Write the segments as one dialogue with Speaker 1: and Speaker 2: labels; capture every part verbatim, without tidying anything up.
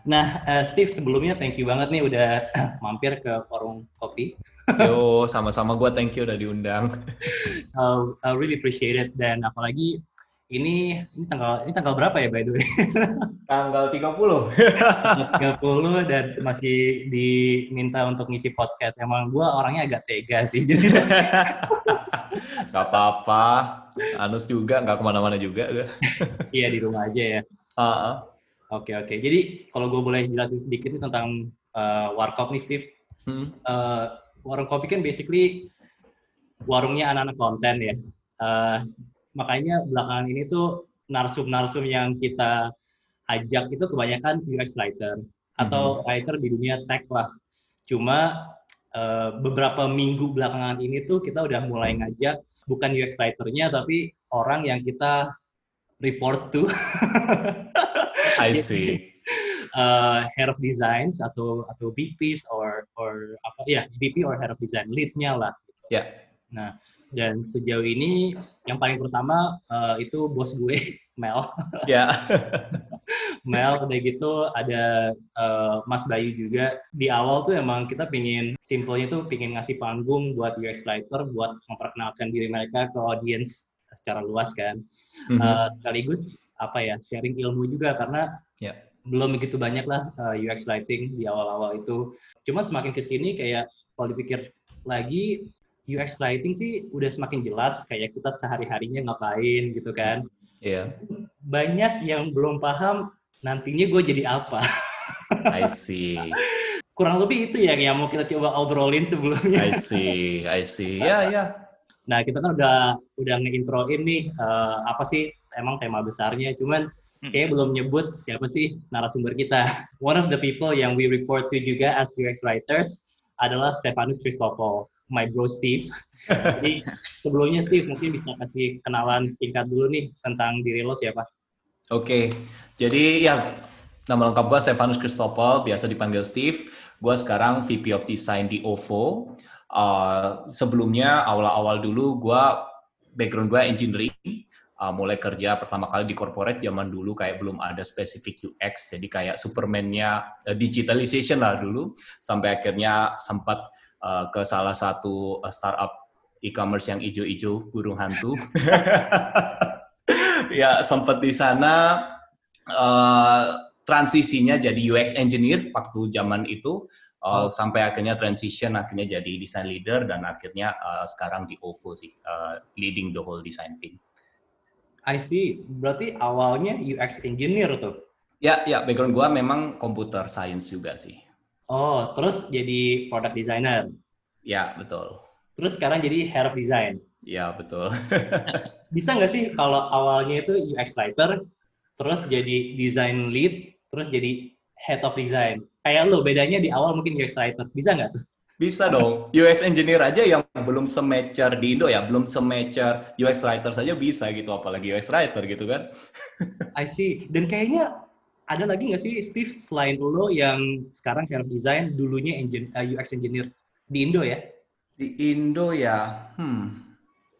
Speaker 1: Nah, uh, Steve, sebelumnya thank you banget nih udah mampir ke Warung Kopi.
Speaker 2: Yo, sama-sama gue thank you udah diundang.
Speaker 1: uh, I really appreciate it. Dan apalagi ini ini tanggal ini tanggal berapa ya by the way?
Speaker 2: Tanggal tiga puluh.
Speaker 1: tiga puluh dan masih diminta untuk ngisi podcast. Emang gue orangnya agak tega sih. Jadi
Speaker 2: Gak apa-apa. Anus juga, gak kemana-mana juga.
Speaker 1: iya di rumah aja ya.
Speaker 2: Uh-uh.
Speaker 1: Oke oke. Jadi kalau gue boleh jelasin sedikit nih tentang uh, Warkop nih Steve.
Speaker 2: Hmm.
Speaker 1: Uh, warung kopi kan basically warungnya anak-anak konten ya. Uh, makanya belakangan ini tuh narsum-narsum yang kita ajak itu kebanyakan U X writer atau mm-hmm. writer di dunia tech lah. Cuma uh, beberapa minggu belakangan ini tuh kita udah mulai ngajak bukan U X writer-nya tapi orang yang kita report to.
Speaker 2: I see.
Speaker 1: uh, head of designs atau atau V Ps or or apa ya V P or head of design lead-nya lah.
Speaker 2: Ya. Yeah.
Speaker 1: Nah, dan sejauh ini yang paling pertama uh, itu bos gue Mel.
Speaker 2: Ya. Yeah.
Speaker 1: Mel udah gitu ada uh, Mas Bayu juga. Di awal tuh emang kita pingin simpelnya tuh pingin ngasih panggung buat U X writer buat memperkenalkan diri mereka ke audience secara luas kan. Mm-hmm. Uh, sekaligus apa ya sharing ilmu juga karena yeah. belum begitu banyak lah uh, U X writing di awal-awal itu. Cuma semakin kesini kayak kalau dipikir lagi U X writing sih udah semakin jelas kayak kita sehari-harinya ngapain gitu kan.
Speaker 2: Iya. Yeah.
Speaker 1: Banyak yang belum paham nantinya gue jadi apa.
Speaker 2: I see.
Speaker 1: Kurang lebih itu ya yang mau kita coba obrolin sebelumnya.
Speaker 2: I see, I see. Ya, yeah, ya. Yeah.
Speaker 1: Nah, kita kan udah udah nge-introin nih uh, apa sih emang tema besarnya, cuman kayak belum nyebut siapa sih narasumber kita. One of the people yang we report to juga as U X writers adalah Stefanus Christopol, my bro Steve. Jadi sebelumnya Steve mungkin bisa kasih kenalan singkat dulu nih tentang diri lo siapa?
Speaker 2: Oke, okay. Jadi ya nama lengkap gue Stefanus Christopol, biasa dipanggil Steve. Gue sekarang V P of Design di O V O. Uh, sebelumnya awal-awal dulu gue background gue engineering. Uh, mulai kerja pertama kali di corporate zaman dulu kayak belum ada spesifik U X, jadi kayak Superman-nya uh, digitalization lah dulu, sampai akhirnya sempat uh, ke salah satu uh, startup e-commerce yang ijo-ijo burung hantu. Ya sempat di sana uh, transisinya jadi U X engineer waktu zaman itu, uh, oh. sampai akhirnya transition akhirnya jadi design leader dan akhirnya uh, sekarang di O V O sih, uh, leading the whole design team.
Speaker 1: I see. Berarti awalnya U X engineer tuh?
Speaker 2: Ya, ya. Background gue memang computer science juga sih.
Speaker 1: Oh, terus jadi product designer?
Speaker 2: Ya, betul.
Speaker 1: Terus sekarang jadi head of design?
Speaker 2: Ya, betul.
Speaker 1: Bisa nggak sih kalau awalnya itu U X writer, terus jadi design lead, terus jadi head of design? Kayak lo, bedanya di awal mungkin U X writer. Bisa nggak tuh?
Speaker 2: Bisa dong. U X engineer aja yang belum se-mature di Indo ya, belum se-mature U X writer saja bisa gitu, apalagi U X writer gitu kan.
Speaker 1: I see. Dan kayaknya ada lagi nggak sih, Steve, selain lo yang sekarang head of design, dulunya engine, uh, U X engineer di Indo ya?
Speaker 2: Di Indo ya, hmm.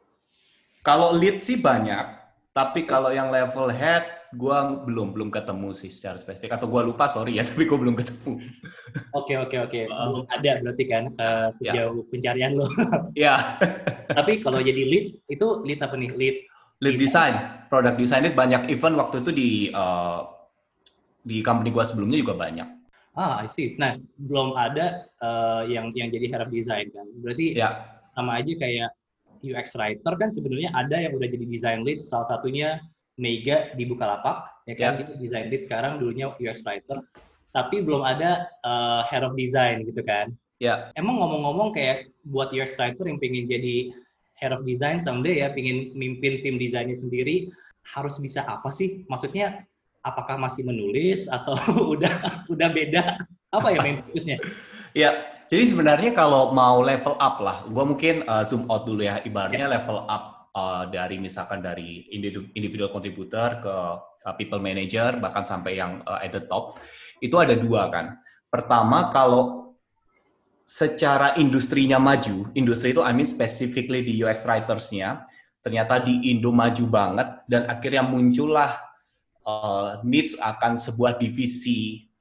Speaker 2: Kalau lead sih banyak, tapi kalau yang level head, gue belum belum ketemu sih secara spesifik, atau gue lupa sorry ya, tapi gue belum ketemu.
Speaker 1: Oke oke oke, belum ada berarti kan uh, sejauh ya. Pencarian lo.
Speaker 2: Ya.
Speaker 1: Tapi kalau jadi lead itu lead apa nih? Lead
Speaker 2: lead design, design. Product design itu banyak. Even waktu itu di uh, di company gue sebelumnya juga banyak.
Speaker 1: Ah, I see. Nah, belum ada uh, yang yang jadi head of design kan? Berarti ya. Sama aja kayak U X writer kan sebenarnya ada yang udah jadi design lead, salah satunya Mega di Bukalapak, ya kan, yeah. Design lead sekarang, dulunya U X writer, tapi belum ada uh, head of design gitu kan.
Speaker 2: Ya. Yeah.
Speaker 1: Emang ngomong-ngomong kayak buat U X writer yang pengen jadi head of design someday ya, pengen mimpin tim desainnya sendiri, harus bisa apa sih? Maksudnya, apakah masih menulis atau udah udah beda? Apa ya main fokusnya?
Speaker 2: Ya, jadi sebenarnya kalau mau level up lah, gue mungkin uh, zoom out dulu ya, ibaratnya yeah. level up uh, dari misalkan dari individual contributor ke uh, people manager, bahkan sampai yang uh, at the top, itu ada dua kan. Pertama, kalau secara industrinya maju, industri itu I mean specifically di U X writers-nya, ternyata di Indo maju banget, dan akhirnya muncullah uh, needs akan sebuah divisi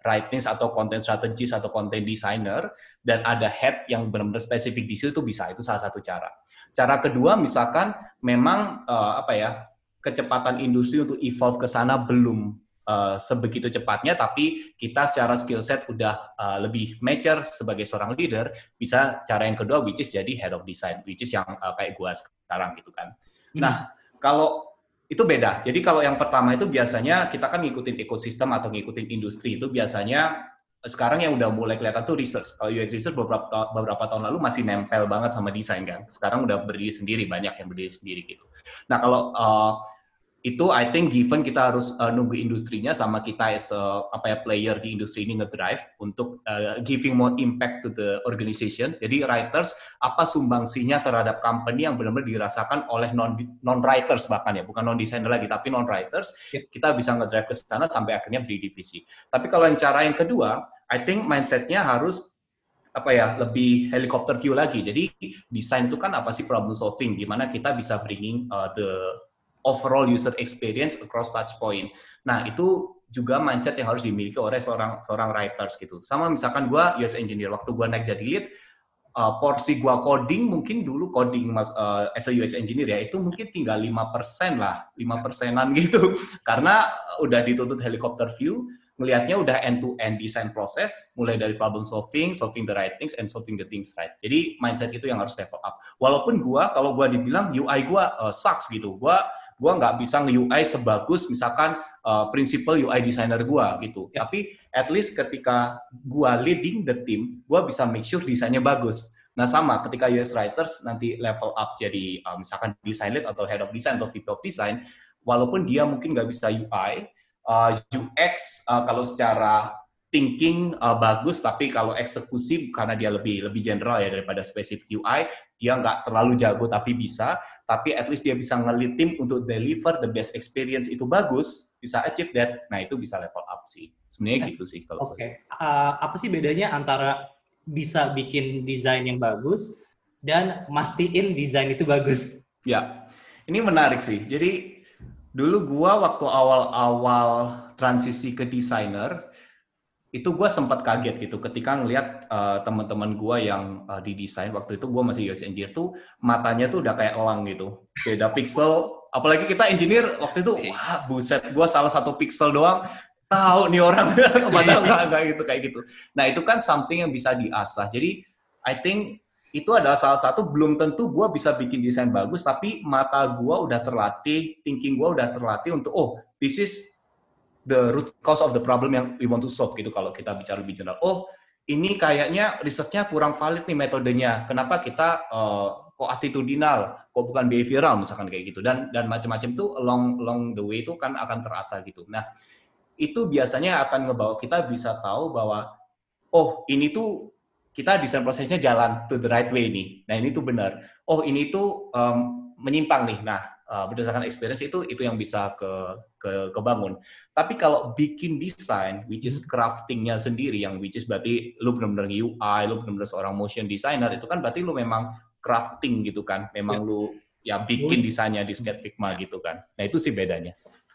Speaker 2: writings atau content strategist atau content designer, dan ada head yang benar-benar spesifik di situ, bisa. Itu salah satu cara. Cara kedua, misalkan memang uh, apa ya, kecepatan industri untuk evolve ke sana belum Uh, sebegitu cepatnya, tapi kita secara skill set udah uh, lebih mature sebagai seorang leader, bisa cara yang kedua, which is jadi head of design, which is yang uh, kayak gua sekarang gitu kan. Hmm. Nah, kalau itu beda. Jadi kalau yang pertama itu biasanya kita kan ngikutin ekosistem atau ngikutin industri, itu biasanya sekarang yang udah mulai kelihatan tuh research. Kalau U X research beberapa, beberapa tahun lalu masih nempel banget sama desain kan. Sekarang udah berdiri sendiri, banyak yang berdiri sendiri gitu. Nah, kalau uh, itu I think given kita harus uh, nunggu industrinya, sama kita as a, apa ya, player di industri ini ngedrive untuk uh, giving more impact to the organization. Jadi writers, apa sumbangsinya terhadap company yang benar-benar dirasakan oleh non non writers bahkan ya, bukan non designer lagi tapi non writers, kita bisa ngedrive ke sana sampai akhirnya beri divisi. Tapi kalau yang cara yang kedua, I think mindset-nya harus apa ya, lebih helicopter view lagi. Jadi desain itu kan apa sih, problem solving, di mana kita bisa bringing uh, the overall user experience across touch point. Nah, itu juga mindset yang harus dimiliki oleh seorang seorang writers gitu. Sama misalkan gue U X engineer, waktu gue naik jadi lead, uh, porsi gue coding mungkin dulu coding mas, uh, as a U X engineer ya, itu mungkin tinggal lima persen lah, lima persenan gitu. Karena udah dituntut helicopter view, ngelihatnya udah end-to-end design proses, mulai dari problem solving, solving the right things, and solving the things right. Jadi mindset itu yang harus level up. Walaupun gue, kalau gue dibilang U I gue uh, sucks gitu, gue gue nggak bisa nge-U I sebagus misalkan uh, principal U I designer gue gitu. Ya. Tapi at least ketika gue leading the team, gue bisa make sure desainnya bagus. Nah sama, ketika U X writers nanti level up jadi uh, misalkan design lead atau head of design atau V P of design, walaupun dia mungkin nggak bisa U I, uh, U X uh, kalau secara thinking uh, bagus, tapi kalau eksekusi karena dia lebih lebih general ya daripada spesifik U I, dia nggak terlalu jago tapi bisa, tapi at least dia bisa nge-lead tim untuk deliver the best experience itu bagus, bisa achieve that, nah itu bisa level up sih. Sebenarnya gitu sih kalau.
Speaker 1: Oke, okay. uh, apa sih bedanya antara bisa bikin desain yang bagus dan mastiin desain itu bagus?
Speaker 2: Ya, ini menarik sih. Jadi dulu gua waktu awal-awal transisi ke desainer, itu gue sempat kaget gitu ketika ngelihat uh, teman-teman gue yang uh, di desain, waktu itu gue masih U X engineer tuh, matanya tuh udah kayak elang gitu, beda pixel, apalagi kita engineer waktu itu, wah buset, gue salah satu pixel doang tahu nih orang, padahal nggak nggak gitu kayak gitu. Nah itu kan something yang bisa diasah. Jadi I think itu adalah salah satu, belum tentu gue bisa bikin desain bagus, tapi mata gue udah terlatih, thinking gue udah terlatih untuk oh this is the root cause of the problem yang we want to solve gitu kalau kita bicara lebih general. Oh, ini kayaknya risetnya kurang valid nih metodenya. Kenapa kita uh, kok attitudinal, kok bukan behavioral misalkan kayak gitu. Dan dan macam-macam tuh along along the way itu kan akan terasa gitu. Nah, itu biasanya akan ngebawa kita bisa tahu bahwa oh, ini tuh kita desain prosesnya jalan to the right way nih. Nah, ini tuh benar. Oh, ini tuh um, menyimpang nih. Nah, Uh, berdasarkan experience itu itu yang bisa ke, ke kebangun. Tapi kalau bikin desain, which is craftingnya sendiri, yang which is berarti lu benar-benar U I, lu benar-benar seorang motion designer, itu kan berarti lu memang crafting gitu kan, memang yeah. lu ya bikin desainnya di Sketch Figma gitu kan. Nah itu sih bedanya.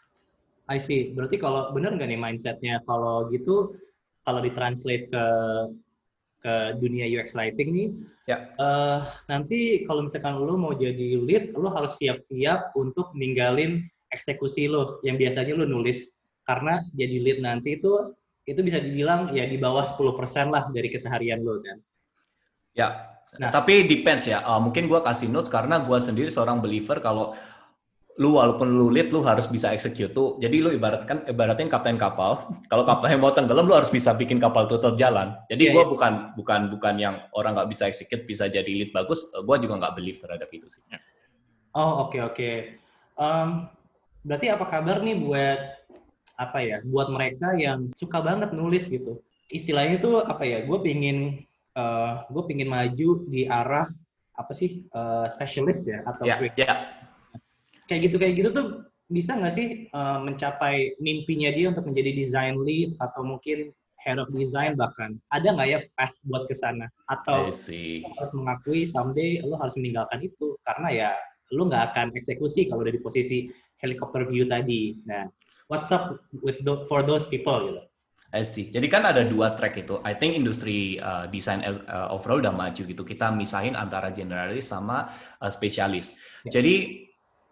Speaker 1: I see. Berarti kalau benar nggak nih mindsetnya kalau gitu, kalau ditranslate ke ke dunia U X writing nih, ya. uh, nanti kalau misalkan lo mau jadi lead, lo harus siap-siap untuk ninggalin eksekusi lo yang biasanya lo nulis, karena jadi lead nanti itu itu bisa dibilang ya di bawah sepuluh persen lah dari keseharian lo kan.
Speaker 2: Ya, nah, tapi depends ya. Uh, mungkin gue kasih notes karena gue sendiri seorang believer kalau lu walaupun lu lead, lu harus bisa execute tuh. Jadi lu ibaratkan ibaratin kapten kapal. Kalau kapalnya mau tenggelam, lu harus bisa bikin kapal itu tetap jalan. Jadi yeah, gue yeah. bukan bukan bukan yang orang nggak bisa execute bisa jadi lead bagus. Gue juga nggak believe terhadap itu sih.
Speaker 1: Oh oke okay, oke. Okay. Um, berarti apa kabar nih buat apa ya? Buat mereka yang suka banget nulis gitu. Istilahnya tuh apa ya? Gue pingin uh, gue pingin maju di arah apa sih uh, specialist ya atau
Speaker 2: yeah,
Speaker 1: quick.
Speaker 2: Yeah.
Speaker 1: Kayak gitu kayak gitu tuh bisa nggak sih uh, mencapai mimpinya dia untuk menjadi design lead atau mungkin head of design bahkan, ada nggak ya path buat ke sana? Atau lo harus mengakui someday lo harus meninggalkan itu karena ya lo nggak akan eksekusi kalau udah di posisi helicopter view tadi. Nah, what's up with the, for those people gitu?
Speaker 2: I see. Jadi kan ada dua track itu. I think industri uh, desain uh, overall udah maju gitu. Kita misahin antara generalis sama uh, spesialis.
Speaker 1: Ya.
Speaker 2: Jadi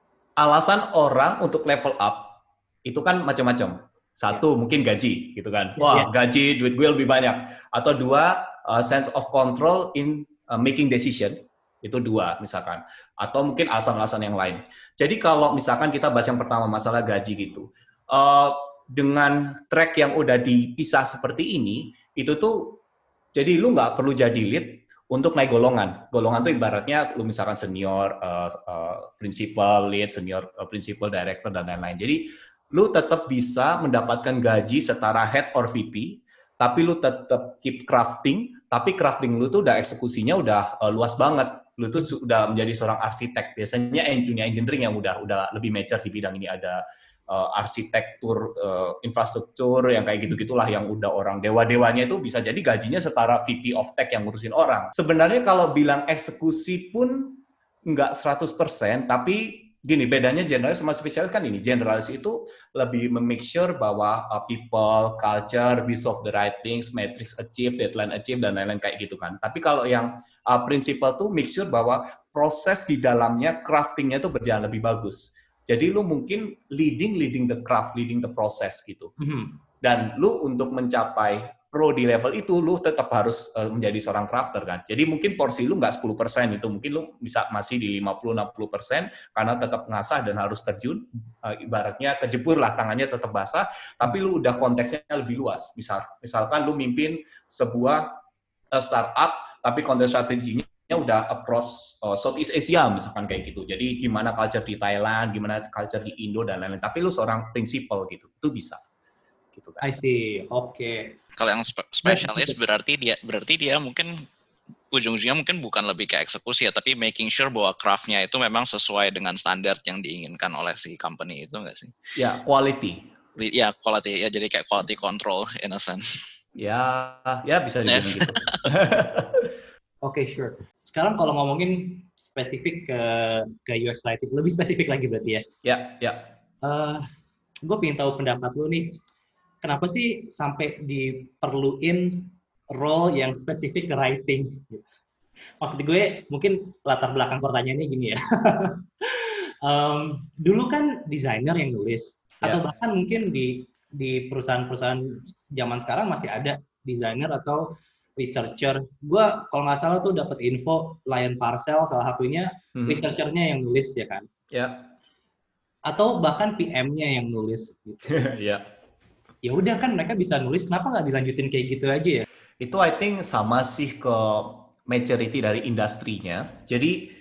Speaker 2: alasan orang untuk level up itu kan macam-macam. Satu, ya. Mungkin gaji gitu kan. Wah, ya. Gaji, duit gue lebih banyak. Atau dua, uh, sense of control in uh, making decision. Itu dua misalkan. Atau mungkin alasan-alasan yang lain. Jadi kalau misalkan kita bahas yang pertama masalah gaji gitu. Uh, dengan track yang udah dipisah seperti ini, itu tuh jadi lu nggak perlu jadi lead untuk naik golongan. Golongan tuh ibaratnya lu misalkan senior, uh, uh, principal, lead, senior, uh, principal, director, dan lain-lain. Jadi lu tetap bisa mendapatkan gaji setara head or V P, tapi lu tetap keep crafting, tapi crafting lu tuh udah eksekusinya udah uh, luas banget. Lu tuh sudah menjadi seorang arsitek. Biasanya dunia engineering yang udah udah lebih mature di bidang ini, ada Uh, arsitektur, uh, infrastruktur, yang kayak gitu-gitulah, yang udah orang dewa-dewanya itu bisa jadi gajinya setara V P of Tech yang ngurusin orang. Sebenarnya kalau bilang eksekusi pun nggak seratus persen, tapi gini, bedanya generalis sama spesialis kan ini. Generalis itu lebih memake sure bahwa uh, people, culture, we solve the right things, metrics achieve, deadline achieve, dan lain-lain kayak gitu kan. Tapi kalau yang uh, principal tuh make sure bahwa proses di dalamnya, crafting-nya tuh berjalan lebih bagus. Jadi lu mungkin leading, leading the craft, leading the process gitu. Mm-hmm. Dan lu untuk mencapai pro di level itu, lu tetap harus uh, menjadi seorang crafter kan. Jadi mungkin porsi lu nggak sepuluh persen itu, mungkin lu bisa masih di lima puluh sampai enam puluh persen karena tetap ngasah dan harus terjun. Uh, ibaratnya kejepur lah, tangannya tetap basah, tapi lu udah konteksnya lebih luas. Misal, misalkan lu mimpin sebuah uh, startup, tapi konten strateginya udah across uh, Southeast Asia misalkan kayak gitu. Jadi gimana culture di Thailand, gimana culture di Indo dan lain-lain. Tapi lu seorang principal gitu, itu bisa. Gitu kan.
Speaker 1: I see. Oke. Okay.
Speaker 3: Kalau yang spesialis berarti dia berarti dia mungkin ujung-ujungnya mungkin bukan lebih ke eksekusi ya, tapi making sure bahwa craft-nya itu memang sesuai dengan standar yang diinginkan oleh si company itu nggak sih?
Speaker 2: Ya, quality.
Speaker 3: Ya, quality. Ya, jadi kayak quality control in a sense.
Speaker 2: Ya, ya bisa dibilang yes. gitu.
Speaker 1: Oke, okay, sure. Sekarang kalau ngomongin spesifik ke ke U X writing, lebih spesifik lagi berarti ya?
Speaker 2: Ya, ya.
Speaker 1: Uh, gue pengen tahu pendapat lu nih, kenapa sih sampai diperluin role yang spesifik ke writing? Maksud gue, mungkin latar belakang pertanyaannya gini ya. um, dulu kan desainer yang nulis, ya. Atau bahkan mungkin di di perusahaan-perusahaan zaman sekarang masih ada desainer atau researcher. Gue kalau nggak salah tuh dapat info Lion Parcel salah satunya hmm. researchernya yang nulis ya kan?
Speaker 2: Ya.
Speaker 1: Atau bahkan P M-nya yang nulis. Gitu.
Speaker 2: Ya.
Speaker 1: Ya udah kan mereka bisa nulis, kenapa nggak dilanjutin kayak gitu aja ya?
Speaker 2: Itu I think sama sih ke maturity dari industrinya. Jadi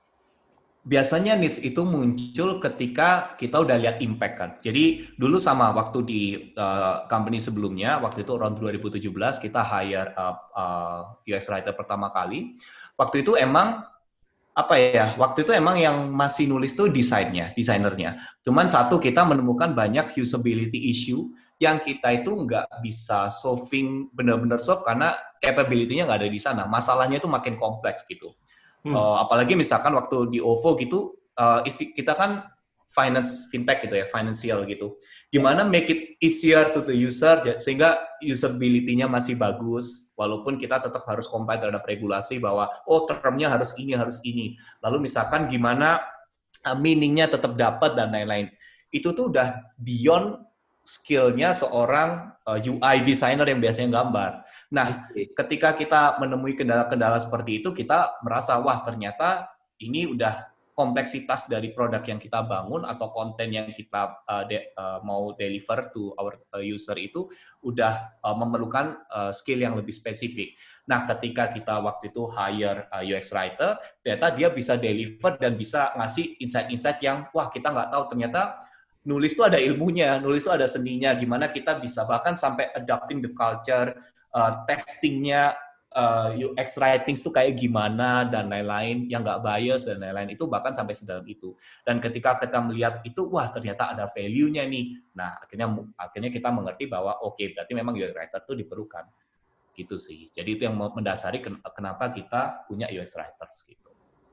Speaker 2: biasanya needs itu muncul ketika kita udah lihat impact kan. Jadi dulu sama waktu di uh, company sebelumnya, waktu itu around dua ribu tujuh belas kita hire uh, uh, U X writer pertama kali. Waktu itu emang apa ya? Waktu itu emang yang masih nulis tuh desainnya, desainernya. Cuman satu, kita menemukan banyak usability issue yang kita itu nggak bisa solving benar-benar solve karena capability-nya nggak ada di sana. Masalahnya itu makin kompleks gitu. Hmm. Uh, apalagi misalkan waktu di O V O gitu, uh, isti- kita kan finance fintech gitu ya, financial gitu. Gimana make it easier to the user sehingga usability-nya masih bagus, walaupun kita tetap harus comply terhadap regulasi bahwa oh termnya harus ini harus ini. Lalu misalkan gimana uh, meaning-nya tetap dapat dan lain-lain. Itu tuh udah beyond skill-nya seorang uh, U I designer yang biasanya gambar. Nah, ketika kita menemui kendala-kendala seperti itu, kita merasa, wah ternyata ini udah kompleksitas dari produk yang kita bangun atau konten yang kita uh, de- uh, mau deliver to our uh, user itu udah uh, memerlukan uh, skill yang lebih spesifik. Nah, ketika kita waktu itu hire uh, U X writer, ternyata dia bisa deliver dan bisa ngasih insight-insight yang, wah kita nggak tahu ternyata nulis itu ada ilmunya, nulis itu ada seninya, gimana kita bisa bahkan sampai adapting the culture, uh, testingnya, uh, U X writing itu kayak gimana, dan lain-lain, yang nggak bias, dan lain-lain, itu bahkan sampai sedalam itu. Dan ketika kita melihat itu, wah ternyata ada value-nya nih, nah akhirnya akhirnya kita mengerti bahwa oke, okay, berarti memang U X writer itu diperlukan. Gitu sih. Jadi itu yang mendasari kenapa kita punya U X writers gitu.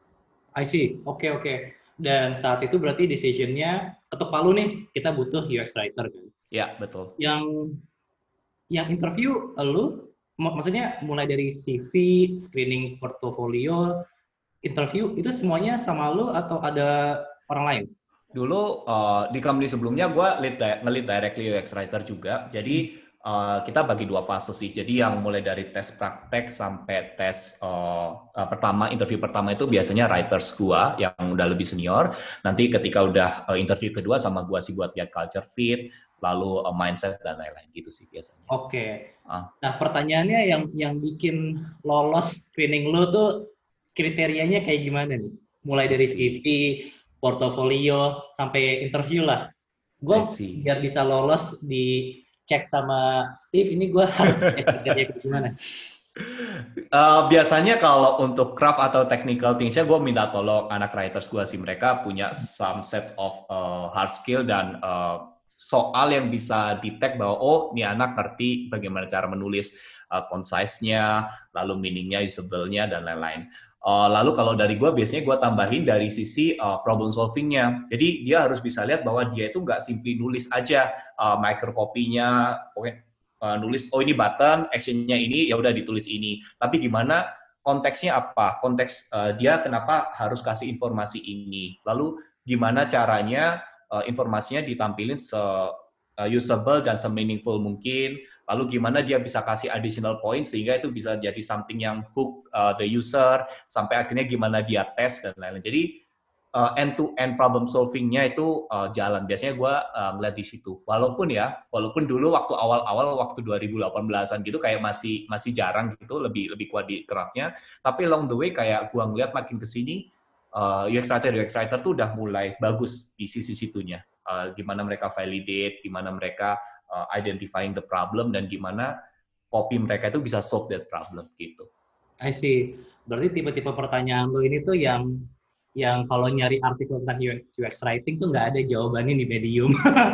Speaker 1: I see, oke okay, oke. Okay. Dan saat itu berarti decision-nya ketuk palu nih, kita butuh U X writer kan?
Speaker 2: Ya, betul.
Speaker 1: Yang yang interview lu, mak- maksudnya mulai dari C V, screening portofolio, interview itu semuanya sama lu atau ada orang lain?
Speaker 2: Dulu uh, di company sebelumnya gue lead di- nge-lead directly U X writer juga. Jadi uh, kita bagi dua fase sih. Jadi yang mulai dari tes praktek sampai tes uh, uh, pertama, interview pertama itu biasanya writers gua yang udah lebih senior. Nanti ketika udah uh, interview kedua sama gua sih buat lihat culture fit, lalu uh, mindset dan lain-lain gitu sih biasanya.
Speaker 1: Oke.
Speaker 2: Ah.
Speaker 1: Nah, pertanyaannya yang yang bikin lolos screening lu tuh kriterianya kayak gimana nih? Mulai
Speaker 2: I
Speaker 1: dari
Speaker 2: see.
Speaker 1: C V, portofolio, sampai interview lah.
Speaker 2: I
Speaker 1: Gue
Speaker 2: see.
Speaker 1: biar bisa lolos dicek sama Steve, ini gue harus cek kriteria kayak gimana?
Speaker 2: Uh, biasanya kalau untuk craft atau technical things-nya gue minta tolong anak writers gue sih, mereka punya some set of uh, hard skill dan uh, soal yang bisa detect bahwa oh ini anak ngerti bagaimana cara menulis, uh, concise-nya, lalu meaning-nya, usable-nya dan lain-lain. Uh, lalu kalau dari gue biasanya gue tambahin dari sisi uh, problem solving-nya. Jadi dia harus bisa lihat bahwa dia itu nggak simply nulis aja uh, microcopy-nya, oke. Okay. Uh, nulis oh ini button, actionnya ini ya udah ditulis ini. Tapi gimana konteksnya apa? Konteks uh, dia kenapa harus kasih informasi ini? Lalu gimana caranya uh, informasinya ditampilin se uh, usable dan se meaningful mungkin? Lalu gimana dia bisa kasih additional point sehingga itu bisa jadi something yang hook uh, the user sampai akhirnya gimana dia tes dan lain-lain. Jadi Uh, end-to-end problem solving-nya itu uh, jalan. Biasanya gue uh, ngeliat di situ. Walaupun ya, walaupun dulu waktu awal-awal, waktu dua ribu delapan belasan gitu, kayak masih masih jarang gitu, lebih lebih kuat di craft-nya. Tapi along the way, kayak gue ngeliat makin kesini, uh, U X Writer, U X Writer tuh udah mulai bagus di sisi situnya. Uh, gimana mereka validate, gimana mereka uh, identifying the problem, dan gimana copy mereka itu bisa solve that problem gitu.
Speaker 1: I see. Berarti tipe-tipe pertanyaan lo ini tuh yang yang kalau nyari artikel tentang U X, U X writing tuh nggak ada jawabannya di Medium.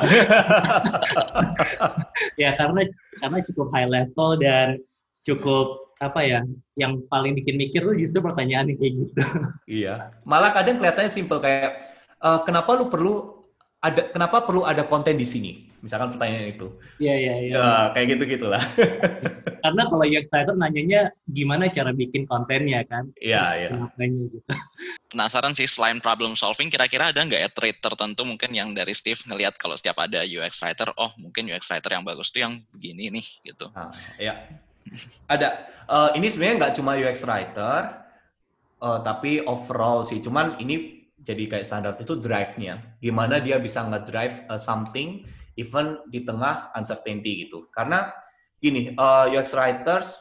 Speaker 1: Ya karena karena cukup high level dan cukup apa ya, yang paling bikin mikir tuh justru pertanyaan yang kayak gitu.
Speaker 2: Iya. Malah kadang kelihatannya simple kayak uh, kenapa lu perlu ada kenapa perlu ada konten di sini? Misalkan pertanyaan itu.
Speaker 1: Iya iya iya.
Speaker 2: Ya, kayak gitu-gitulah.
Speaker 1: Karena kalau U X writer nanyanya gimana cara bikin kontennya kan?
Speaker 2: Iya, iya.
Speaker 1: Kenapanya gitu.
Speaker 3: Penasaran sih, selain problem solving, kira-kira ada nggak ya trait tertentu mungkin yang dari Steve ngelihat kalau setiap ada U X writer, oh mungkin U X writer yang bagus tuh yang begini nih gitu.
Speaker 2: Nah, ya. Ada. Uh, ini sebenarnya nggak cuma U X writer, uh, tapi overall sih. Cuman ini jadi kayak standar itu drive-nya. Gimana dia bisa nge-drive uh, something even di tengah uncertainty gitu. Karena gini, uh, U X writers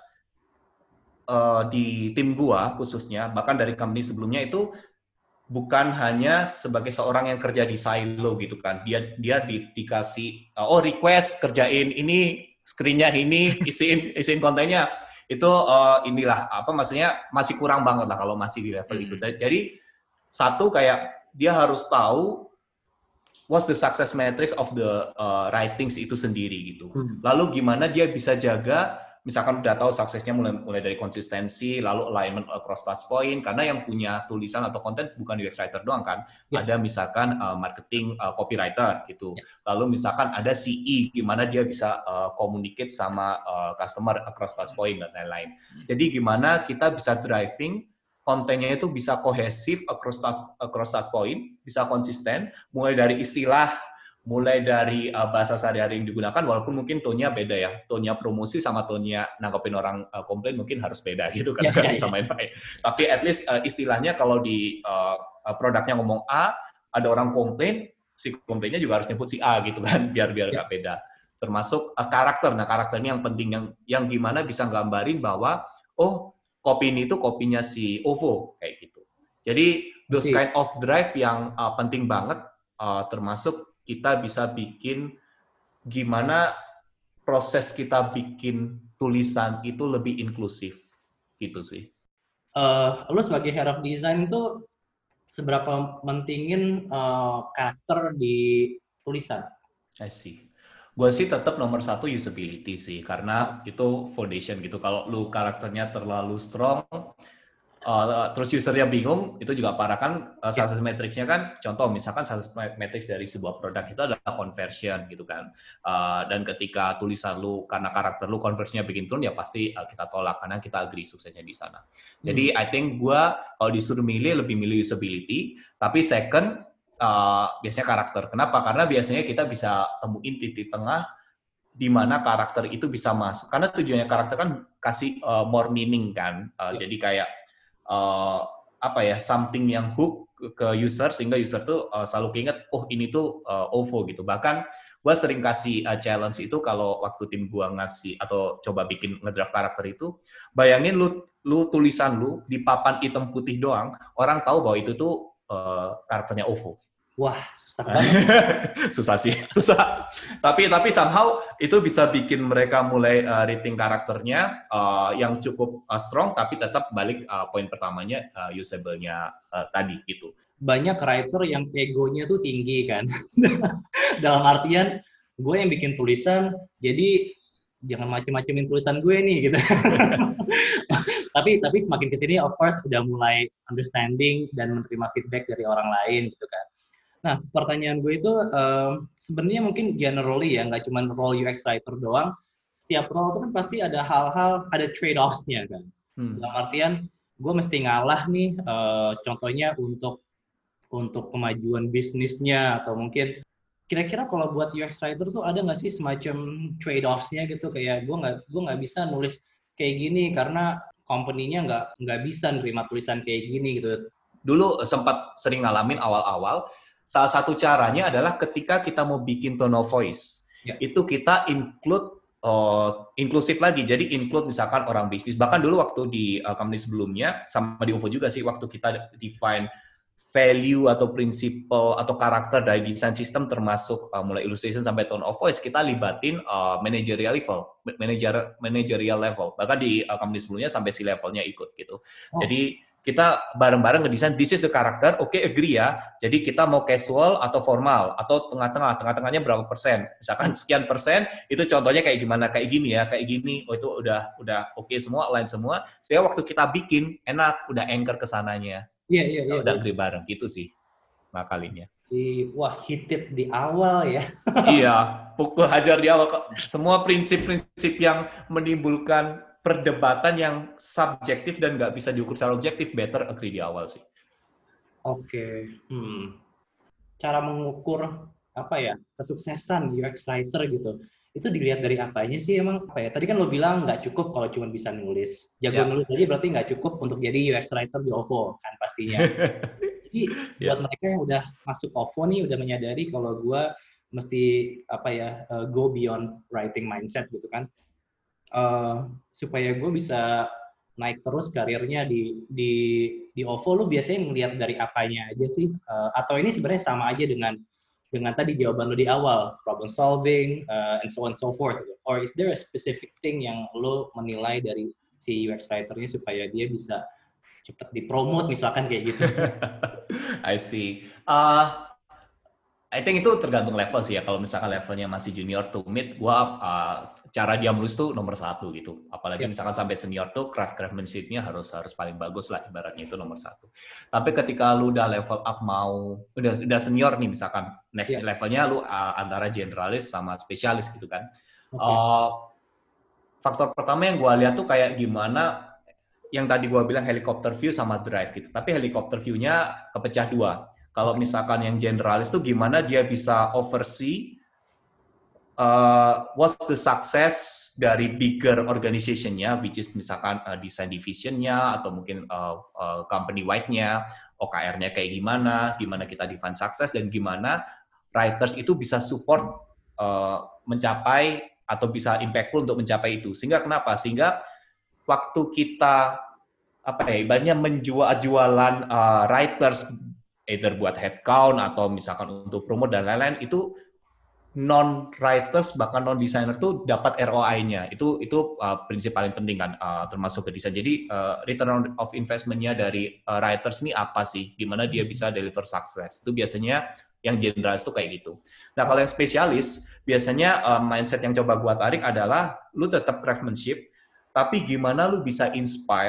Speaker 2: uh, di tim gua khususnya, bahkan dari company sebelumnya itu bukan hanya sebagai seorang yang kerja di silo gitu kan. Dia dia di, dikasih uh, oh request kerjain ini, screen-nya ini, isiin isiin kontennya. Itu uh, inilah apa maksudnya masih kurang banget lah kalau masih di level
Speaker 3: Hmm.
Speaker 2: itu. Jadi satu kayak dia harus tahu what's the success matrix of the uh, writings itu sendiri gitu.
Speaker 1: Hmm.
Speaker 2: Lalu gimana dia bisa jaga, misalkan udah tahu suksesnya mulai mulai dari konsistensi, lalu alignment across touch point, karena yang punya tulisan atau konten bukan U X writer doang kan,
Speaker 1: Ya.
Speaker 2: ada misalkan uh, marketing uh, copywriter gitu.
Speaker 1: Ya.
Speaker 2: Lalu misalkan ada C E, gimana dia bisa uh, communicate sama uh, customer across touch point dan lain-lain.
Speaker 3: Hmm.
Speaker 2: Jadi gimana kita bisa driving kontennya itu bisa kohesif across touch, across touch point, bisa konsisten, mulai dari istilah, mulai dari uh, bahasa sehari-hari yang digunakan, walaupun mungkin tone-nya beda ya, tone-nya promosi sama tone-nya nanggepin orang uh, komplain mungkin harus beda gitu kan,
Speaker 1: Ya,
Speaker 2: nggak
Speaker 1: ya,
Speaker 2: bisa
Speaker 1: ya.
Speaker 2: main-main. Tapi at least uh, istilahnya kalau di uh, produknya ngomong A, ada orang komplain, si komplainnya juga harus nyebut si A gitu kan, biar biar nggak beda. Termasuk uh, karakter, nah karakter ini yang penting, yang yang gimana bisa gambarin bahwa oh kopi ini tuh kopinya si O V O kayak gitu. Jadi those kind of drive yang uh, penting banget, uh, termasuk kita bisa bikin gimana proses kita bikin tulisan itu lebih inklusif gitu sih.
Speaker 1: Uh, lu sebagai head of design itu seberapa mentingin uh, karakter di tulisan?
Speaker 2: I see. Gue sih tetap nomor satu usability sih, karena itu foundation gitu. Kalau lu karakternya terlalu strong, Uh, terus usernya bingung, itu juga parah kan. Uh, success matrix-nya kan, contoh misalkan success matrix dari sebuah produk itu adalah conversion gitu kan. Uh, dan ketika tulisan lu karena karakter lu conversion-nya bikin turun, ya pasti uh, kita tolak karena kita agree suksesnya di sana. Jadi hmm. I think gua kalau disuruh milih lebih milih usability, tapi second uh, biasanya karakter. Kenapa? Karena biasanya kita bisa temuin titik tengah di mana karakter itu bisa masuk. Karena tujuannya karakter kan kasih uh, more meaning kan. Uh, yeah. Jadi kayak Uh, apa ya, something yang hook ke user sehingga user tuh uh, selalu keinget, oh ini tuh uh, O V O gitu. Bahkan gue sering kasih uh, challenge itu kalau waktu tim gue ngasih atau coba bikin ngedraft karakter itu, bayangin lu lu tulisan lu di papan hitam putih doang, orang tahu bahwa itu tuh uh, karakternya O V O.
Speaker 1: Wah, susah banget.
Speaker 2: Susah sih, susah. Tapi tapi somehow itu bisa bikin mereka mulai uh, rating karakternya uh, yang cukup uh, strong, tapi tetap balik uh, poin pertamanya uh, usable-nya uh, tadi gitu.
Speaker 1: Banyak writer yang egonya tuh tinggi kan. Dalam artian gue yang bikin tulisan, jadi jangan macem-macemin tulisan gue nih gitu. tapi tapi semakin kesini of course udah mulai understanding dan menerima feedback dari orang lain gitu kan. Nah, pertanyaan gue itu um, sebenarnya mungkin generally ya, nggak cuma role U X writer doang. Setiap role itu kan pasti ada hal-hal, ada trade-offs-nya kan. Hmm. Dalam artian, gue mesti ngalah nih, uh, contohnya untuk untuk kemajuan bisnisnya, atau mungkin kira-kira kalau buat U X writer tuh ada nggak sih semacam trade-offs-nya gitu, kayak gue nggak gue nggak bisa nulis kayak gini karena company-nya nggak nggak bisa nerima tulisan kayak gini gitu.
Speaker 2: Dulu sempat sering ngalamin awal-awal. Salah satu caranya adalah ketika kita mau bikin tone of voice, ya. Itu kita include uh, inklusif lagi. Jadi include misalkan orang bisnis. Bahkan dulu waktu di uh, company sebelumnya, sama di U V O juga sih, waktu kita define value atau principle atau karakter dari design system termasuk uh, mulai illustration sampai tone of voice, kita libatin uh, managerial level, manager managerial level. Bahkan di uh, company sebelumnya sampai si levelnya ikut gitu. Oh. Jadi kita bareng-bareng ngedesain, this is the character, oke okay, agree ya. Jadi kita mau casual atau formal, atau tengah-tengah, tengah-tengahnya berapa persen. Misalkan sekian persen, itu contohnya kayak gimana, kayak gini ya, kayak gini, oh itu udah udah oke okay semua, align semua. Sehingga waktu kita bikin, enak, udah anchor ke sananya.
Speaker 1: Iya, iya, iya.
Speaker 2: Udah agree bareng, gitu sih ngakalinya.
Speaker 1: Wah, hit it di awal ya.
Speaker 2: Iya, pukul hajar di awal. Semua prinsip-prinsip yang menimbulkan perdebatan yang subjektif dan nggak bisa diukur secara objektif, better agree di awal sih.
Speaker 1: Oke, hmm. Cara mengukur apa ya kesuksesan U X writer gitu, itu dilihat dari apanya sih emang? Apa ya? Tadi kan lo bilang nggak cukup kalau cuma bisa nulis, jago yeah. nulis aja berarti nggak cukup untuk jadi U X writer di O V O kan pastinya. Jadi yeah. buat mereka yang udah masuk O V O nih udah menyadari kalau gue mesti apa ya uh, go beyond writing mindset gitu kan. Uh, supaya gue bisa naik terus karirnya di di di O V O, lu biasanya ngelihat dari apanya aja sih? Uh, atau ini sebenarnya sama aja dengan dengan tadi jawaban lu di awal, problem solving uh, and so on and so forth. Or is there a specific thing yang lu menilai dari si U X writer-nya supaya dia bisa cepat dipromote misalkan kayak gitu?
Speaker 2: I see. Uh, I think itu tergantung level sih ya. Kalau misalkan levelnya masih junior to mid, gua uh, cara dia menulis tuh nomor satu gitu. Apalagi yeah. misalkan sampai senior tuh craft craftsmanship-nya harus harus paling bagus lah, ibaratnya itu nomor satu. Tapi ketika lu udah level up mau udah udah senior nih misalkan next yeah. levelnya lu uh, antara generalis sama spesialis gitu kan. Okay. Uh, faktor pertama yang gua lihat tuh kayak gimana yang tadi gua bilang helicopter view sama drive gitu. Tapi helicopter view-nya kepecah dua. Kalau misalkan yang generalis tuh gimana dia bisa oversee uh, what's the success dari bigger organization-nya, which is misalkan uh, design division-nya atau mungkin uh, uh, company wide-nya, O K R-nya kayak gimana, gimana kita define success dan gimana writers itu bisa support uh, mencapai atau bisa impactful untuk mencapai itu. Sehingga kenapa? Sehingga waktu kita apa ya, ibaratnya menjual jualan uh, writers either buat headcount atau misalkan untuk promo dan lain-lain, itu non-writers bahkan non-designer tuh dapat R O I-nya. Itu itu uh, prinsip paling penting kan, uh, termasuk ke desain. Jadi uh, return of investment-nya dari uh, writers ini apa sih? Gimana dia bisa deliver success? Itu biasanya yang generalis tuh kayak gitu. Nah kalau yang spesialis, biasanya uh, mindset yang coba gua tarik adalah lu tetap craftsmanship, tapi gimana lu bisa inspire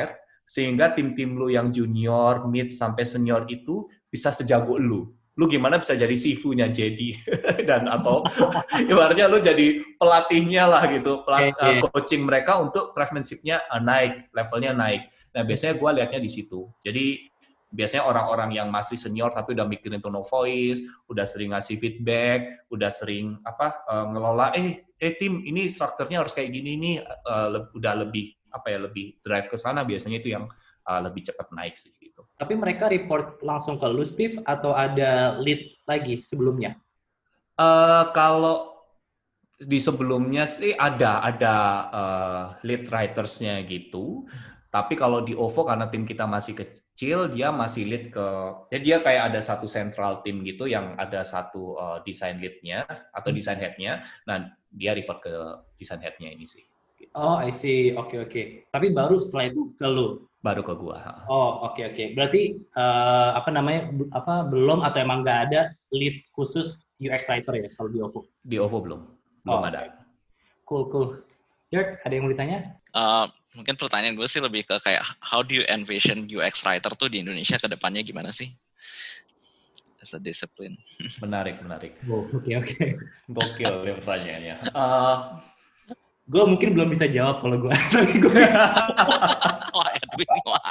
Speaker 2: sehingga tim-tim lu yang junior, mid sampai senior itu bisa sejago lu. Lu gimana bisa jadi sifunya jadi dan atau ibaratnya lu jadi pelatihnya lah gitu, pelat,
Speaker 1: Okay.
Speaker 2: uh, coaching mereka untuk craftsmanship-nya uh, naik, levelnya naik. Nah biasanya gue lihatnya di situ. Jadi biasanya orang-orang yang masih senior tapi udah mikirin tone of voice, udah sering ngasih feedback, udah sering apa uh, ngelola, eh eh tim ini strukturnya harus kayak gini nih, uh, le- udah lebih apa ya lebih drive ke sana, biasanya itu yang uh, lebih cepat naik sih gitu.
Speaker 1: Tapi mereka report langsung ke lu, Steve, atau ada lead lagi sebelumnya?
Speaker 2: Uh, kalau di sebelumnya sih ada ada uh, lead writers-nya gitu. Tapi kalau di O V O karena tim kita masih kecil, dia masih lead ke, jadi dia kayak ada satu central tim gitu yang ada satu uh, design lead-nya atau design head-nya. Nah, dia report ke design head-nya ini sih. Gitu.
Speaker 1: Oh, I see. Oke, okay, oke. Okay. Tapi baru setelah itu ke lu?
Speaker 2: Baru ke gua.
Speaker 1: Oh, oke, okay, oke. Okay. Berarti uh, apa namanya, apa belum atau emang nggak ada lead khusus U X writer ya kalau di O V O?
Speaker 2: Di O V O belum. Belum
Speaker 1: oh,
Speaker 2: ada.
Speaker 1: Cool, cool. Dirk, ada yang mau ditanya?
Speaker 3: Uh, mungkin pertanyaan gue sih lebih ke kayak how do you envision U X writer tuh di Indonesia ke depannya gimana sih? As a discipline.
Speaker 2: Menarik, menarik.
Speaker 1: Oh, oke, okay, oke. Okay.
Speaker 2: Gokil ya pertanyaannya. Uh,
Speaker 1: gue mungkin belum bisa jawab kalau gue. Tapi gue
Speaker 3: Wah, Edwin, wah.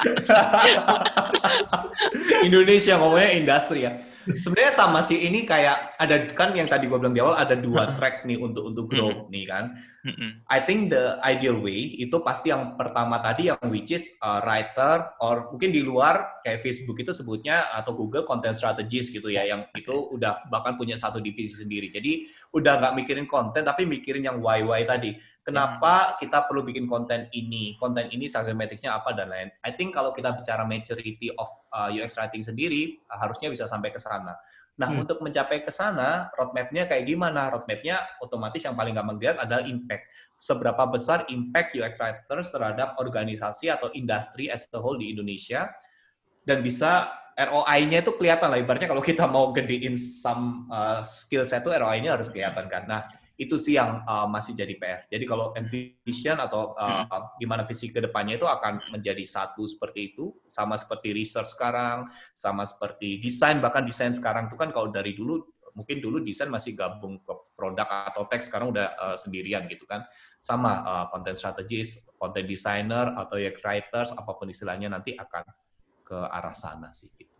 Speaker 2: Indonesia ngomongnya industri ya. Sebenarnya sama sih, ini kayak ada kan yang tadi gue bilang di awal ada dua track nih untuk untuk growth nih kan. I think the ideal way itu pasti yang pertama tadi yang which is uh, writer or mungkin di luar kayak Facebook itu sebutnya atau Google content strategist gitu ya, yang itu udah bahkan punya satu divisi sendiri. Jadi udah nggak mikirin konten tapi mikirin yang why-why tadi. Kenapa kita perlu bikin konten ini? Konten ini success metrics-nya apa dan lain. I think kalau kita bicara maturity of uh, U X writing sendiri uh, harusnya bisa sampai ke sana. Nah, hmm. untuk mencapai ke sana, roadmap-nya kayak gimana? Roadmap-nya otomatis yang paling gampang dilihat adalah impact. Seberapa besar impact U X writers terhadap organisasi atau industri as a whole di Indonesia, dan bisa R O I-nya itu kelihatan lah. Ibaratnya kalau kita mau gedein some uh, skill set itu R O I-nya harus kelihatan kan. Nah, itu sih yang uh, masih jadi P R. Jadi kalau envision atau uh, hmm. gimana visi ke depannya itu akan menjadi satu seperti itu, sama seperti research sekarang, sama seperti desain, bahkan desain sekarang itu kan kalau dari dulu, mungkin dulu desain masih gabung ke produk atau teks, sekarang udah uh, sendirian gitu kan. Sama uh, content strategist, content designer, atau ya writers, apapun istilahnya nanti akan ke arah sana sih gitu.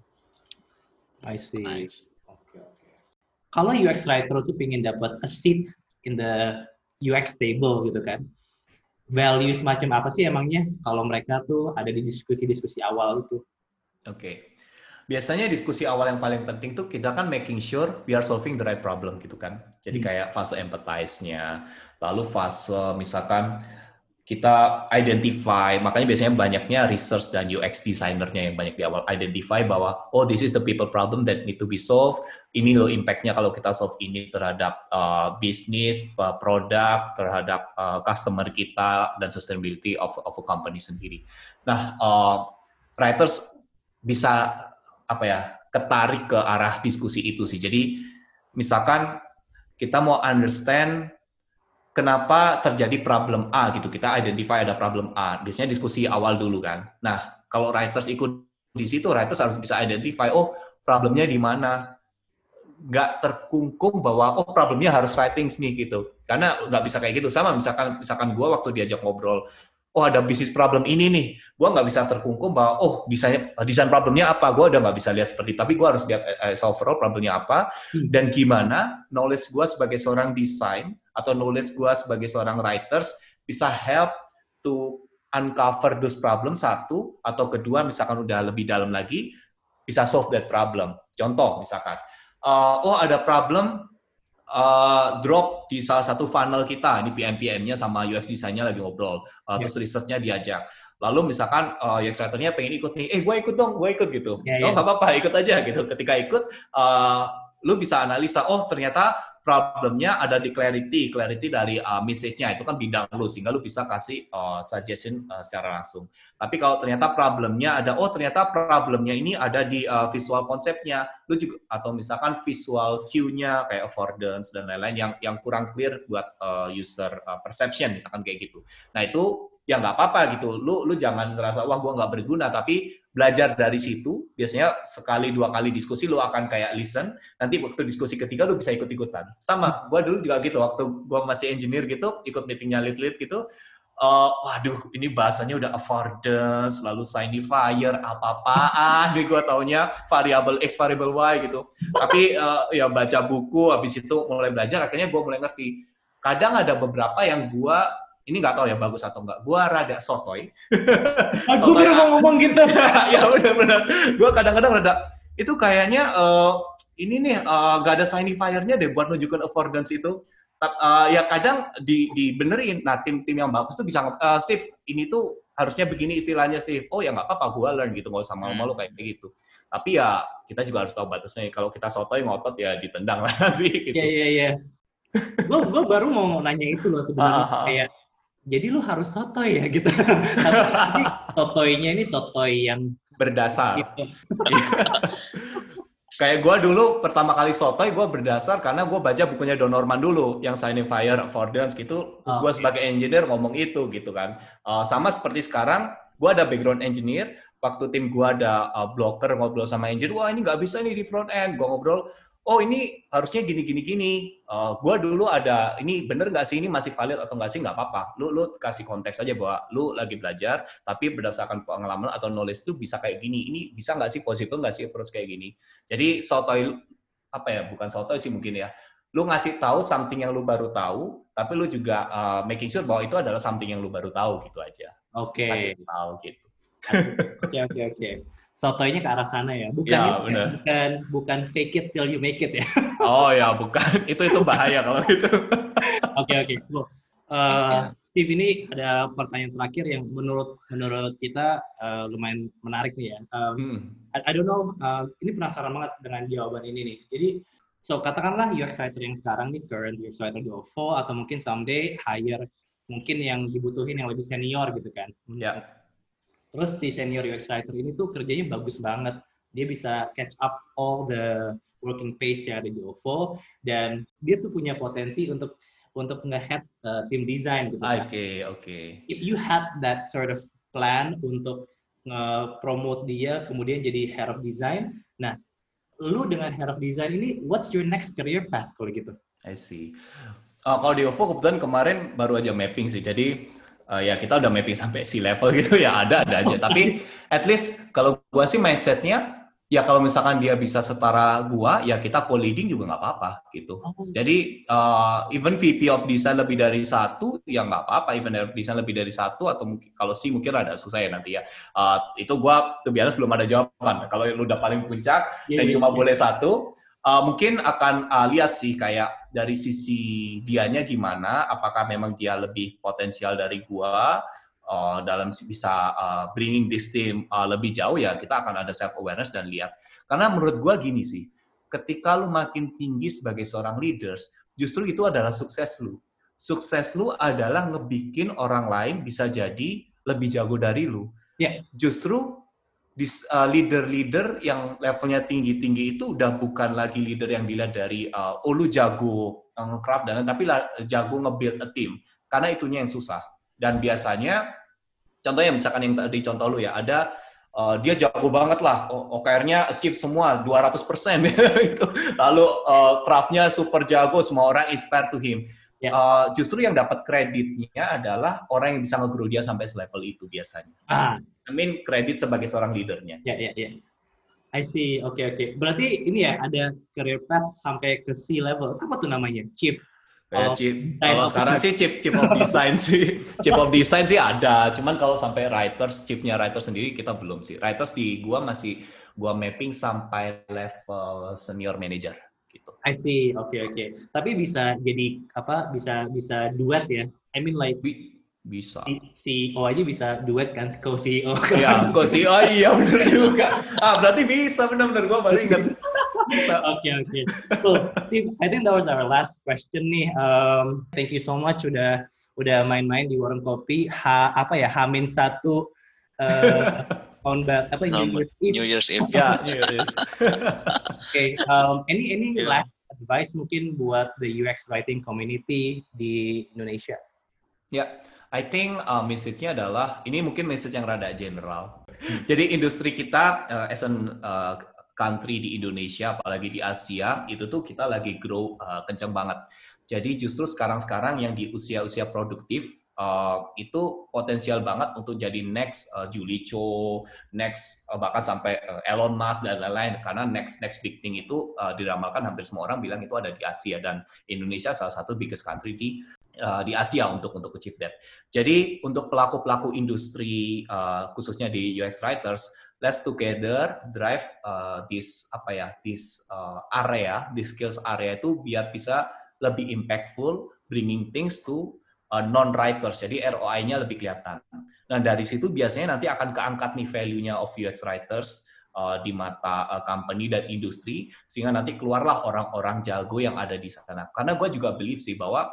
Speaker 1: I see.
Speaker 3: Nice.
Speaker 1: Oke, okay, oke. Okay. Kalau U X writer tuh pengen dapat a seat in the U X table gitu kan, value semacam apa sih emangnya kalau mereka tuh ada di diskusi-diskusi awal itu?
Speaker 2: Oke, okay. Biasanya diskusi awal yang paling penting tuh kita kan making sure we are solving the right problem gitu kan. Jadi hmm. kayak fase empathize-nya, lalu fase misalkan kita identify, makanya biasanya banyaknya research dan U X designer-nya yang banyak di awal identify bahwa oh this is the people problem that need to be solved, ini loh impact-nya kalau kita solve ini terhadap uh, bisnis, uh, produk, terhadap uh, customer kita, dan sustainability of, of a company sendiri. Nah, uh, writers bisa apa ya, ketarik ke arah diskusi itu sih. Jadi misalkan kita mau understand kenapa terjadi problem A gitu, kita identify ada problem A. Biasanya diskusi awal dulu kan. Nah, kalau writers ikut di situ, writers harus bisa identify, oh problemnya di mana. Nggak terkungkung bahwa oh problemnya harus writing nih gitu. Karena nggak bisa kayak gitu. Sama misalkan misalkan gue waktu diajak ngobrol, oh ada bisnis problem ini nih, gue nggak bisa terkungkung bahwa oh desain desain problemnya apa, gue udah nggak bisa lihat seperti itu, tapi gue harus lihat uh, overall problemnya apa, hmm. dan gimana knowledge gue sebagai seorang desain atau knowledge gue sebagai seorang writers bisa help to uncover those problem, satu, atau kedua misalkan udah lebih dalam lagi, bisa solve that problem. Contoh misalkan, uh, oh ada problem, Uh, drop di salah satu funnel kita, ini P M P M-nya sama U X design-nya lagi ngobrol, uh, yeah. terus research-nya diajak. Lalu misalkan uh, U X writer-nya pengen ikut nih, eh gue ikut dong, gue ikut gitu. Yeah, oh nggak yeah. apa-apa, ikut aja gitu. Ketika ikut, uh, lu bisa analisa, oh ternyata problemnya ada di clarity, clarity dari uh, message-nya, itu kan bidang lu, sehingga lu bisa kasih uh, suggestion uh, secara langsung. Tapi kalau ternyata problemnya ada, oh ternyata problemnya ini ada di uh, visual konsepnya, lu juga, atau misalkan visual cue-nya kayak affordance dan lain-lain yang yang kurang clear buat uh, user uh, perception, misalkan kayak gitu. Nah itu ya nggak apa-apa gitu. Lu lu jangan ngerasa wah gua nggak berguna, tapi belajar dari situ. Biasanya sekali dua kali diskusi lu akan kayak listen. Nanti waktu diskusi ketiga lu bisa ikut-ikutan. Sama, gua dulu juga gitu. Waktu gua masih engineer gitu, ikut meetingnya lead-lead gitu. Uh, waduh, ini bahasanya udah affordance, lalu signifier, apa-apaan, nih gue taunya variable X, variable Y gitu. Tapi uh, ya baca buku, habis itu mulai belajar, akhirnya gue mulai ngerti. Kadang ada beberapa yang gue, ini nggak tahu ya bagus atau enggak, gue rada sotoy.
Speaker 1: Aku baru mau ngomong gitu.
Speaker 2: Ya benar-benar, gue kadang-kadang rada, itu kayaknya uh, ini nih uh, gak ada signifiernya deh buat nunjukin affordance itu. Uh, ya kadang di dibenerin. Nah tim-tim yang bagus tuh bisa uh, Steve ini tuh harusnya begini istilahnya Steve. Oh ya nggak apa-apa gue learn gitu, nggak usah malu-malu kayak gitu. Tapi ya kita juga harus tahu batasnya. Kalau kita sotoy ngotot ya ditendang lah nanti. Gitu.
Speaker 1: Iya iya iya. Lo gue baru mau nanya itu loh sebenarnya kayak jadi lo harus sotoy ya gitu. Tapi sotoynya ini sotoy yang
Speaker 2: berdasar. Gitu. Kayak gue dulu pertama kali sotoy gue berdasar karena gue baca bukunya Don Norman dulu yang signifier, affordance gitu. Terus gue okay. sebagai engineer ngomong itu gitu kan. Uh, sama seperti sekarang gue ada background engineer. Waktu tim gue ada uh, blocker ngobrol sama engineer, wah ini nggak bisa nih di front end. Gue ngobrol, oh ini harusnya gini gini gini. Uh, gue dulu ada ini bener nggak sih ini masih valid atau nggak sih nggak apa-apa. Lu lu kasih konteks aja bahwa lu lagi belajar, tapi berdasarkan pengalaman atau knowledge itu bisa kayak gini. Ini bisa nggak sih possible nggak sih approach kayak gini. Jadi sotoy apa ya bukan sotoy sih mungkin ya. Lu ngasih tahu something yang lu baru tahu, tapi lu juga uh, making sure bahwa itu adalah something yang lu baru tahu gitu aja.
Speaker 1: Oke.
Speaker 2: Okay. Kasih tahu gitu.
Speaker 1: Oke oke oke. Sotoynya ke arah sana ya, bukan
Speaker 2: ya,
Speaker 1: itu, ya? bukan bukan fake it till you make it ya.
Speaker 2: Oh ya, bukan. Itu itu bahaya kalau gitu.
Speaker 1: Oke oke, cool. Uh, Steve, ini ada pertanyaan terakhir yang menurut menurut kita uh, lumayan menarik nih ya. Um, hmm. I, I don't know, uh, ini penasaran banget dengan jawaban ini nih. Jadi, so katakanlah U X writer yang sekarang nih, current U X writer di O V O, atau mungkin someday hire mungkin yang dibutuhin yang lebih senior gitu kan.
Speaker 2: Ya. Yeah.
Speaker 1: Terus si senior U X writer ini tuh kerjanya bagus banget. Dia bisa catch up all the working pace yang ada di O V O, dan dia tuh punya potensi untuk untuk nge-head uh, tim design gitu.
Speaker 2: Oke, okay, oke. Okay.
Speaker 1: If you had that sort of plan untuk nge-promote dia kemudian jadi head of design, nah, lu dengan head of design ini, what's your next career path kalau gitu?
Speaker 2: I see. Uh, kalau di O V O kebetulan kemarin baru aja mapping sih, jadi uh, ya kita udah mapping sampai C-level gitu ya, ada ada aja. Tapi at least kalau gua sih mindsetnya, ya kalau misalkan dia bisa setara gua, ya kita co-leading juga nggak apa-apa gitu. Oh. Jadi uh, even V P of design lebih dari satu, ya nggak apa-apa. Even head of design lebih dari satu, atau mungkin kalau C mungkin ada susah ya nanti ya. Uh, itu gua to be honest belum ada jawaban. Kalau lu udah paling puncak yeah, dan yeah, cuma yeah. boleh satu, uh, mungkin akan uh, lihat sih kayak dari sisi dianya gimana. Apakah memang dia lebih potensial dari gua? Uh, dalam bisa uh, bringing this team uh, lebih jauh, ya kita akan ada self awareness dan lihat. Karena menurut gua gini sih, ketika lu makin tinggi sebagai seorang leaders, justru itu adalah sukses lu. Sukses lu adalah ngebikin orang lain bisa jadi lebih jago dari lu.
Speaker 1: Yeah.
Speaker 2: Justru dis, uh, leader-leader yang levelnya tinggi-tinggi itu udah bukan lagi leader yang dilihat dari uh, oh lu jago nge-craft dan tapi lah, jago nge-build a team. Karena itunya yang susah. Dan biasanya, contohnya misalkan yang tadi contoh lu ya, ada uh, dia jago banget lah, O K R-nya achieve semua dua ratus persen gitu. Lalu uh, craft-nya super jago, semua orang inspire to him. Yeah. Uh, justru yang dapat kreditnya adalah orang yang bisa nge-grow dia sampai selevel itu biasanya.
Speaker 1: Ah.
Speaker 2: I mean kredit sebagai seorang leadernya.
Speaker 1: Ya, ya, ya. I see. Oke, okay, oke. Okay. Berarti ini ya ada career path sampai ke C level. Apa tuh namanya? Chief.
Speaker 2: Kayak chief, kalau sekarang sih chief chief of design sih, chief of design sih ada. Cuman kalau sampai writers, chiefnya writers sendiri kita belum sih. Writers di gua masih gua mapping sampai level senior manager gitu.
Speaker 1: I see, oke okay, oke. Okay. Tapi bisa jadi apa? Bisa bisa duet ya? I mean like
Speaker 2: bisa.
Speaker 1: C E O aja bisa duet kan, co-C E O.
Speaker 2: Iya, co-C E O iya benar juga. Ah berarti bisa benar-benar gua baru ingat.
Speaker 1: Oke oke. So, Steve, I think that was our last question nih. Um, thank you so much udah udah main-main di warung kopi. H apa ya? Hamin satu uh, tahun apa
Speaker 3: no,
Speaker 1: New Year's Eve?
Speaker 3: New Year's Eve.
Speaker 2: Ya, New Year's.
Speaker 1: Oke. Um, any any
Speaker 3: yeah.
Speaker 1: last advice mungkin buat the U X writing community di Indonesia?
Speaker 2: Ya, I think uh, message-nya adalah, ini mungkin message yang rada general. Jadi industri kita uh, as an uh, country di Indonesia, apalagi di Asia, itu tuh kita lagi grow uh, kenceng banget. Jadi justru sekarang-sekarang yang di usia-usia produktif, uh, itu potensial banget untuk jadi next uh, Julie Cho, next uh, bahkan sampai uh, Elon Musk dan lain-lain. Karena next next big thing itu uh, diramalkan hampir semua orang bilang itu ada di Asia, dan Indonesia salah satu biggest country di Uh, di Asia untuk untuk achieve that. Jadi untuk pelaku-pelaku industri uh, khususnya di U X writers, let's together drive uh, this apa ya this uh, area, this skills area itu biar bisa lebih impactful, bringing things to uh, non-writers. Jadi R O I-nya lebih kelihatan. Nah dari situ biasanya nanti akan keangkat nih value-nya of U X writers uh, di mata uh, company dan industri, sehingga nanti keluarlah orang-orang jago yang ada di sana. Karena gue juga believe sih bahwa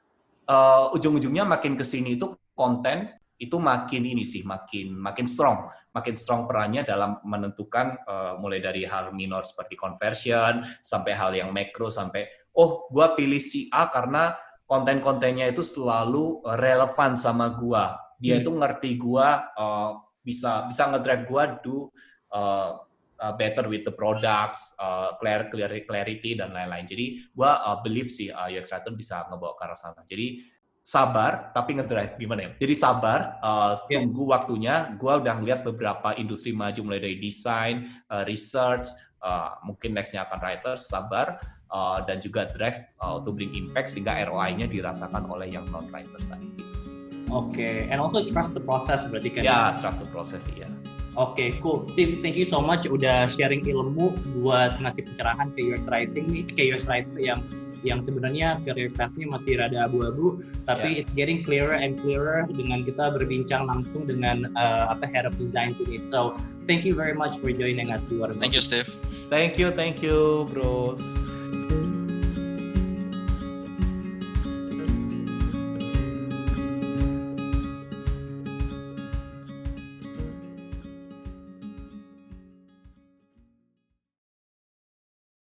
Speaker 2: Uh, ujung-ujungnya makin kesini itu konten itu makin ini sih makin makin strong, makin strong perannya dalam menentukan uh, mulai dari hal minor seperti conversion sampai hal yang makro sampai oh gua pilih si A karena konten-kontennya itu selalu relevan sama gua, dia hmm. itu ngerti gua, uh, bisa bisa ngedrive gua do uh, Uh, better with the products, uh, clear, clear, clarity dan lain-lain. Jadi gua uh, believe sih uh, U X writer bisa ngebawa ke arah sana. Jadi sabar tapi ngedrive, gimana ya? Jadi sabar, uh, yeah. tunggu waktunya. Gua udah ngeliat beberapa industri maju mulai dari desain, uh, research, uh, mungkin nextnya akan writers, sabar uh, dan juga drive uh, to bring impact sehingga R O I-nya dirasakan oleh yang non-writers tadi.
Speaker 1: Oke, okay. And also trust the process berarti kan?
Speaker 2: Ya, yeah, trust the process iya.
Speaker 1: Oke, okay, cool. Steve, thank you so much udah sharing ilmu buat ngasih pencerahan ke U X writing nih, ke U X writer yang yang sebenarnya career path-nya masih rada abu-abu, tapi yeah. It's getting clearer and clearer dengan kita berbincang langsung dengan uh, apa head of design sini. So, thank you very much for joining us di Warung.
Speaker 3: Thank you, Steve.
Speaker 2: Thank you, thank you, bros.